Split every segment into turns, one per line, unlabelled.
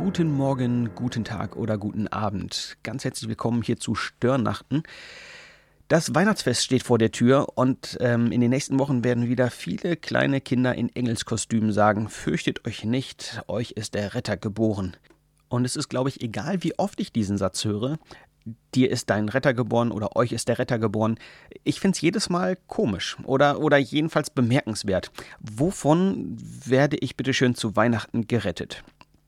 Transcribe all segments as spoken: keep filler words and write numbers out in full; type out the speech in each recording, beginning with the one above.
Guten Morgen, guten Tag oder guten Abend. Ganz herzlich willkommen hier zu Störnachten. Das Weihnachtsfest steht vor der Tür und ähm, in den nächsten Wochen werden wieder viele kleine Kinder in Engelskostümen sagen, fürchtet euch nicht, euch ist der Retter geboren. Und es ist, glaube ich, egal, wie oft ich diesen Satz höre, dir ist dein Retter geboren oder euch ist der Retter geboren. Ich finde es jedes Mal komisch oder, oder jedenfalls bemerkenswert. Wovon werde ich bitteschön zu Weihnachten gerettet?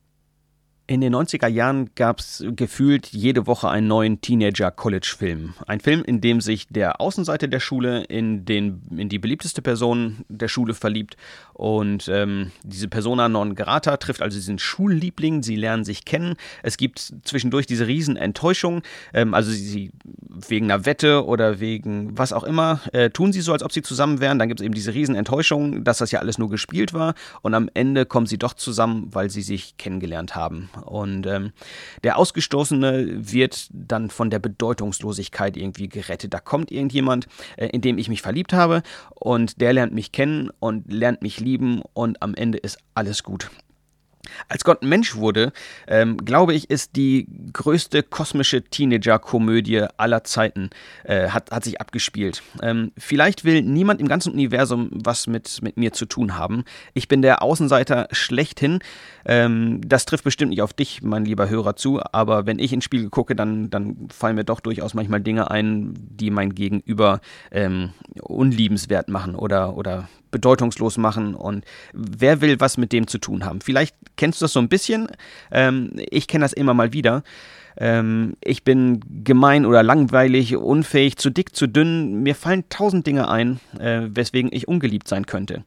In den neunziger Jahren gab es gefühlt jede Woche einen neuen Teenager-College-Film. Ein Film, in dem sich der Außenseiter der Schule in, den, in die beliebteste Person der Schule verliebt und ähm, diese Persona non grata trifft also diesen Schulliebling, sie lernen sich kennen. Es gibt zwischendurch diese riesen Enttäuschung, ähm, also sie, sie wegen einer Wette oder wegen was auch immer, äh, tun sie so, als ob sie zusammen wären. Dann gibt es eben diese riesen Enttäuschung, dass das ja alles nur gespielt war und am Ende kommen sie doch zusammen, weil sie sich kennengelernt haben. Und ähm, der Ausgestoßene wird dann von der Bedeutungslosigkeit irgendwie gerettet. Da kommt irgendjemand, äh, in dem ich mich verliebt habe und der lernt mich kennen und lernt mich lieben und am Ende ist alles gut. Als Gott Mensch wurde, ähm, glaube ich, ist die größte kosmische Teenager-Komödie aller Zeiten, äh, hat, hat sich abgespielt. Ähm, vielleicht will niemand im ganzen Universum was mit, mit mir zu tun haben. Ich bin der Außenseiter schlechthin. Ähm, das trifft bestimmt nicht auf dich, mein lieber Hörer, zu, aber wenn ich ins Spiegel gucke, dann, dann fallen mir doch durchaus manchmal Dinge ein, die mein Gegenüber ähm, unliebenswert machen oder, oder bedeutungslos machen und wer will was mit dem zu tun haben? Vielleicht kennst du das so ein bisschen, ähm, ich kenne das immer mal wieder. Ähm, ich bin gemein oder langweilig, unfähig, zu dick, zu dünn, mir fallen tausend Dinge ein, äh, weswegen ich ungeliebt sein könnte.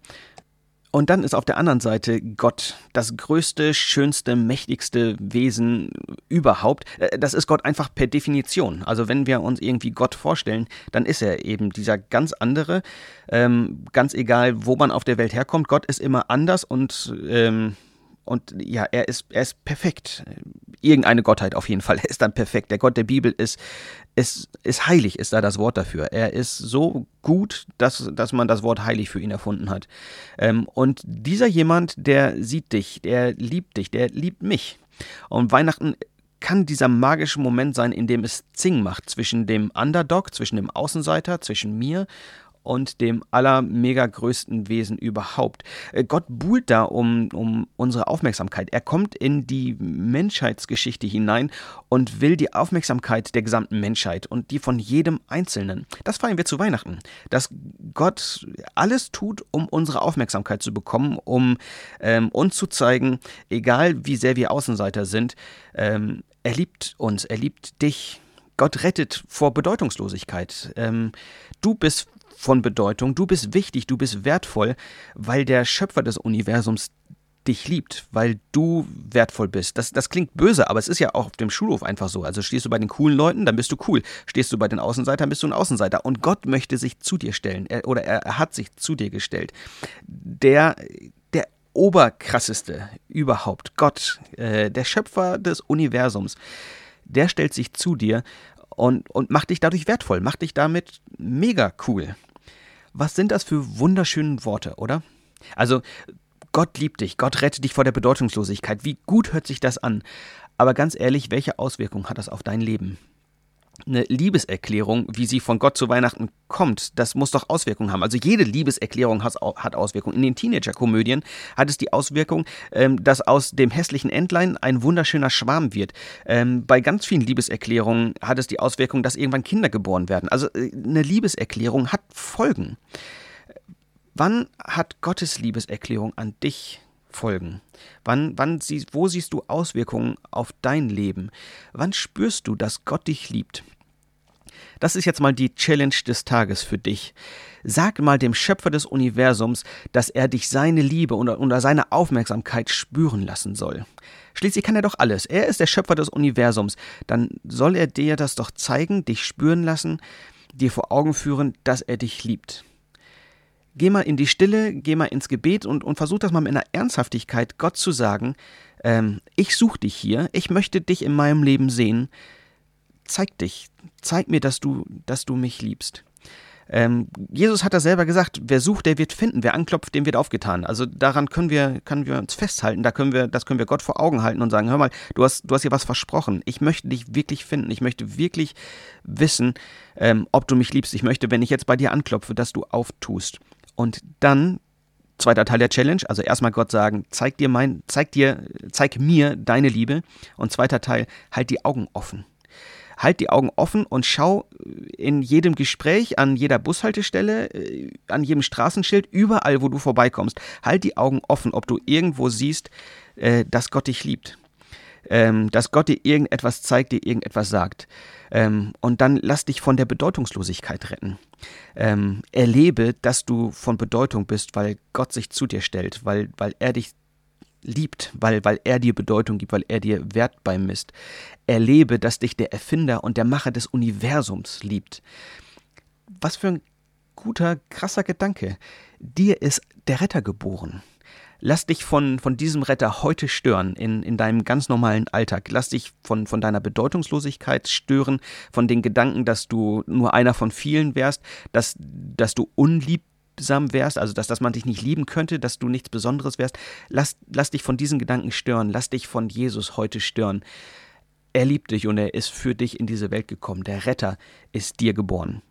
Und dann ist auf der anderen Seite Gott, das größte, schönste, mächtigste Wesen überhaupt. Das ist Gott einfach per Definition. Also wenn wir uns irgendwie Gott vorstellen, dann ist er eben dieser ganz andere, ähm, ganz egal, wo man auf der Welt herkommt. Gott ist immer anders und ähm, Und ja, er ist, er ist perfekt. Irgendeine Gottheit auf jeden Fall. Er ist dann perfekt. Der Gott der Bibel ist, ist, ist heilig, ist da das Wort dafür. Er ist so gut, dass, dass man das Wort heilig für ihn erfunden hat. Ähm, und dieser jemand, der sieht dich, der liebt dich, der liebt mich. Und Weihnachten kann dieser magische Moment sein, in dem es Zing macht zwischen dem Underdog, zwischen dem Außenseiter, zwischen mir und dem aller-mega größten Wesen überhaupt. Gott buhlt da um, um unsere Aufmerksamkeit. Er kommt in die Menschheitsgeschichte hinein und will die Aufmerksamkeit der gesamten Menschheit und die von jedem Einzelnen. Das feiern wir zu Weihnachten. Dass Gott alles tut, um unsere Aufmerksamkeit zu bekommen, um ähm, uns zu zeigen, egal wie sehr wir Außenseiter sind, ähm, er liebt uns, er liebt dich. Gott rettet vor Bedeutungslosigkeit. Ähm, du bist von Bedeutung, du bist wichtig, du bist wertvoll, weil der Schöpfer des Universums dich liebt, weil du wertvoll bist. Das, das klingt böse, aber es ist ja auch auf dem Schulhof einfach so. Also stehst du bei den coolen Leuten, dann bist du cool. Stehst du bei den Außenseitern, bist du ein Außenseiter. Und Gott möchte sich zu dir stellen, er, oder er, er hat sich zu dir gestellt. Der, der oberkrasseste überhaupt, Gott, äh, der Schöpfer des Universums, der stellt sich zu dir und, und macht dich dadurch wertvoll, macht dich damit mega cool. Was sind das für wunderschöne Worte, oder? Also, Gott liebt dich, Gott rettet dich vor der Bedeutungslosigkeit. Wie gut hört sich das an? Aber ganz ehrlich, welche Auswirkungen hat das auf dein Leben? Eine Liebeserklärung, wie sie von Gott zu Weihnachten kommt, das muss doch Auswirkungen haben. Also jede Liebeserklärung hat, hat Auswirkungen. In den Teenager-Komödien hat es die Auswirkung, ähm, dass aus dem hässlichen Entlein ein wunderschöner Schwarm wird. Ähm, bei ganz vielen Liebeserklärungen hat es die Auswirkung, dass irgendwann Kinder geboren werden. Also äh, eine Liebeserklärung hat Folgen. Wann hat Gottes Liebeserklärung an dich Folgen? Wann, wann sie, wo siehst du Auswirkungen auf dein Leben? Wann spürst du, dass Gott dich liebt? Das ist jetzt mal die Challenge des Tages für dich. Sag mal dem Schöpfer des Universums, dass er dich seine Liebe und, und seine Aufmerksamkeit spüren lassen soll. Schließlich kann er doch alles. Er ist der Schöpfer des Universums. Dann soll er dir das doch zeigen, dich spüren lassen, dir vor Augen führen, dass er dich liebt. Geh mal in die Stille, geh mal ins Gebet und, und versuch das mal mit einer Ernsthaftigkeit, Gott zu sagen, ähm, ich suche dich hier, ich möchte dich in meinem Leben sehen, zeig dich, zeig mir, dass du, dass du mich liebst. Ähm, Jesus hat das selber gesagt, wer sucht, der wird finden, wer anklopft, dem wird aufgetan. Also daran können wir, können wir uns festhalten, da können wir, das können wir Gott vor Augen halten und sagen, hör mal, du hast, du hast hier was versprochen, ich möchte dich wirklich finden, ich möchte wirklich wissen, ähm, ob du mich liebst. Ich möchte, wenn ich jetzt bei dir anklopfe, dass du auftust. Und dann, zweiter Teil der Challenge, also erstmal Gott sagen, zeig dir mein, zeig dir, zeig mir deine Liebe. Und zweiter Teil, halt die Augen offen. Halt die Augen offen und schau in jedem Gespräch, an jeder Bushaltestelle, an jedem Straßenschild, überall, wo du vorbeikommst. Halt die Augen offen, ob du irgendwo siehst, äh, dass Gott dich liebt. Ähm, dass Gott dir irgendetwas zeigt, dir irgendetwas sagt. Ähm, und dann lass dich von der Bedeutungslosigkeit retten. Ähm, erlebe, dass du von Bedeutung bist, weil Gott sich zu dir stellt, weil, weil er dich liebt, weil, weil er dir Bedeutung gibt, weil er dir Wert beimisst. Erlebe, dass dich der Erfinder und der Macher des Universums liebt. Was für ein guter, krasser Gedanke. Dir ist der Retter geboren. Lass dich von, von diesem Retter heute stören, in, in deinem ganz normalen Alltag. Lass dich von, von deiner Bedeutungslosigkeit stören, von den Gedanken, dass du nur einer von vielen wärst, dass, dass du unliebsam wärst, also dass, dass man dich nicht lieben könnte, dass du nichts Besonderes wärst. Lass, lass dich von diesen Gedanken stören, lass dich von Jesus heute stören. Er liebt dich und er ist für dich in diese Welt gekommen. Der Retter ist dir geboren.